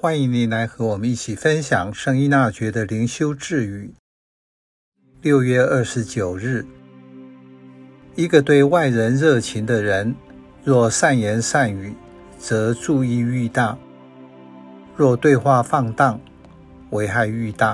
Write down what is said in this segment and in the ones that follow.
欢迎您来和我们一起分享圣依纳爵的灵修智语。6月29日，一个对外人热情的人，若善言善语，则助益愈大；若对话放荡，危害愈大。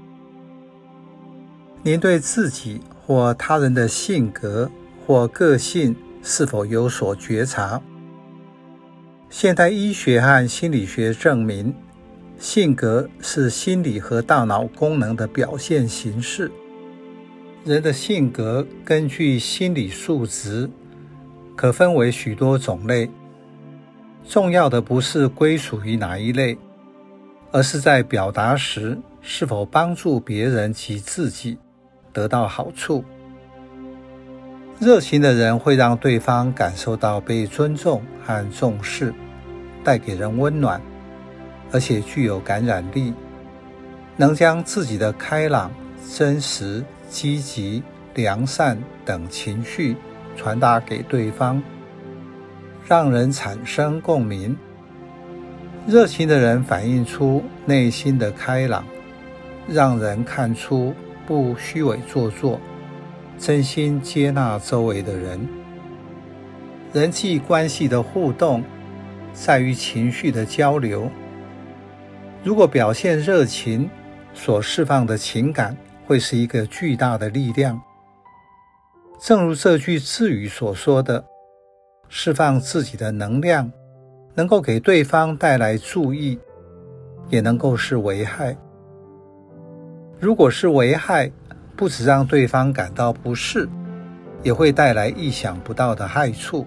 您对自己或他人的性格或个性是否有所觉察？现代医学和心理学证明，性格是心理和大脑功能的表现形式。人的性格根据心理数值，可分为许多种类。重要的不是归属于哪一类，而是在表达时是否帮助别人及自己得到好处。热情的人会让对方感受到被尊重和重视，带给人温暖，而且具有感染力，能将自己的开朗、真实、积极、良善等情绪传达给对方，让人产生共鸣。热情的人反映出内心的开朗，让人看出不虚伪做作，真心接纳周围的人。人际关系的互动在于情绪的交流。如果表现热情，所释放的情感会是一个巨大的力量。正如这句智语所说的，释放自己的能量，能够给对方带来注意，也能够是危害。如果是危害，不只让对方感到不适，也会带来意想不到的害处。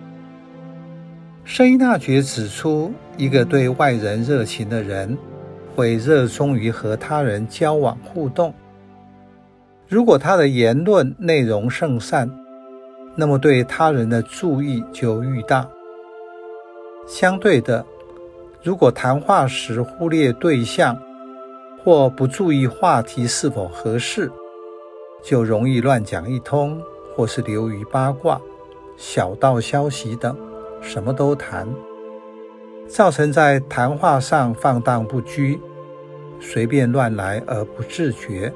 圣依纳爵指出，一个对外人热情的人，会热衷于和他人交往互动。如果他的言论内容圣善，那么对他人的注意就愈大。相对的，如果谈话时忽略对象，或不注意话题是否合适，就容易乱讲一通，或是流于八卦、小道消息等，什么都谈，造成在谈话上放荡不拘，随便乱来而不自觉。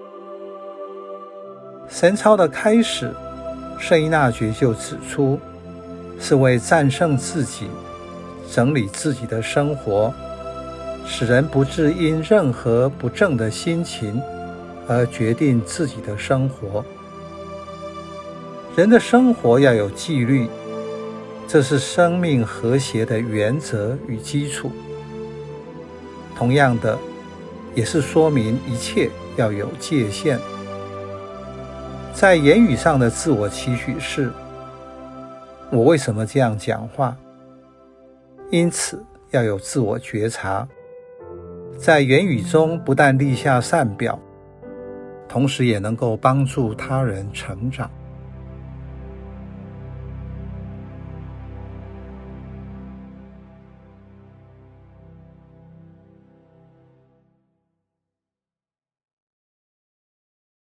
神操的开始，圣依纳爵就指出，是为战胜自己，整理自己的生活，使人不致因任何不正的心情而决定自己的生活。人的生活要有纪律，这是生命和谐的原则与基础。同样的，也是说明一切要有界限。在言语上的自我期许是：我为什么这样讲话？因此要有自我觉察，在言语中不但立下善表，同时也能够帮助他人成长。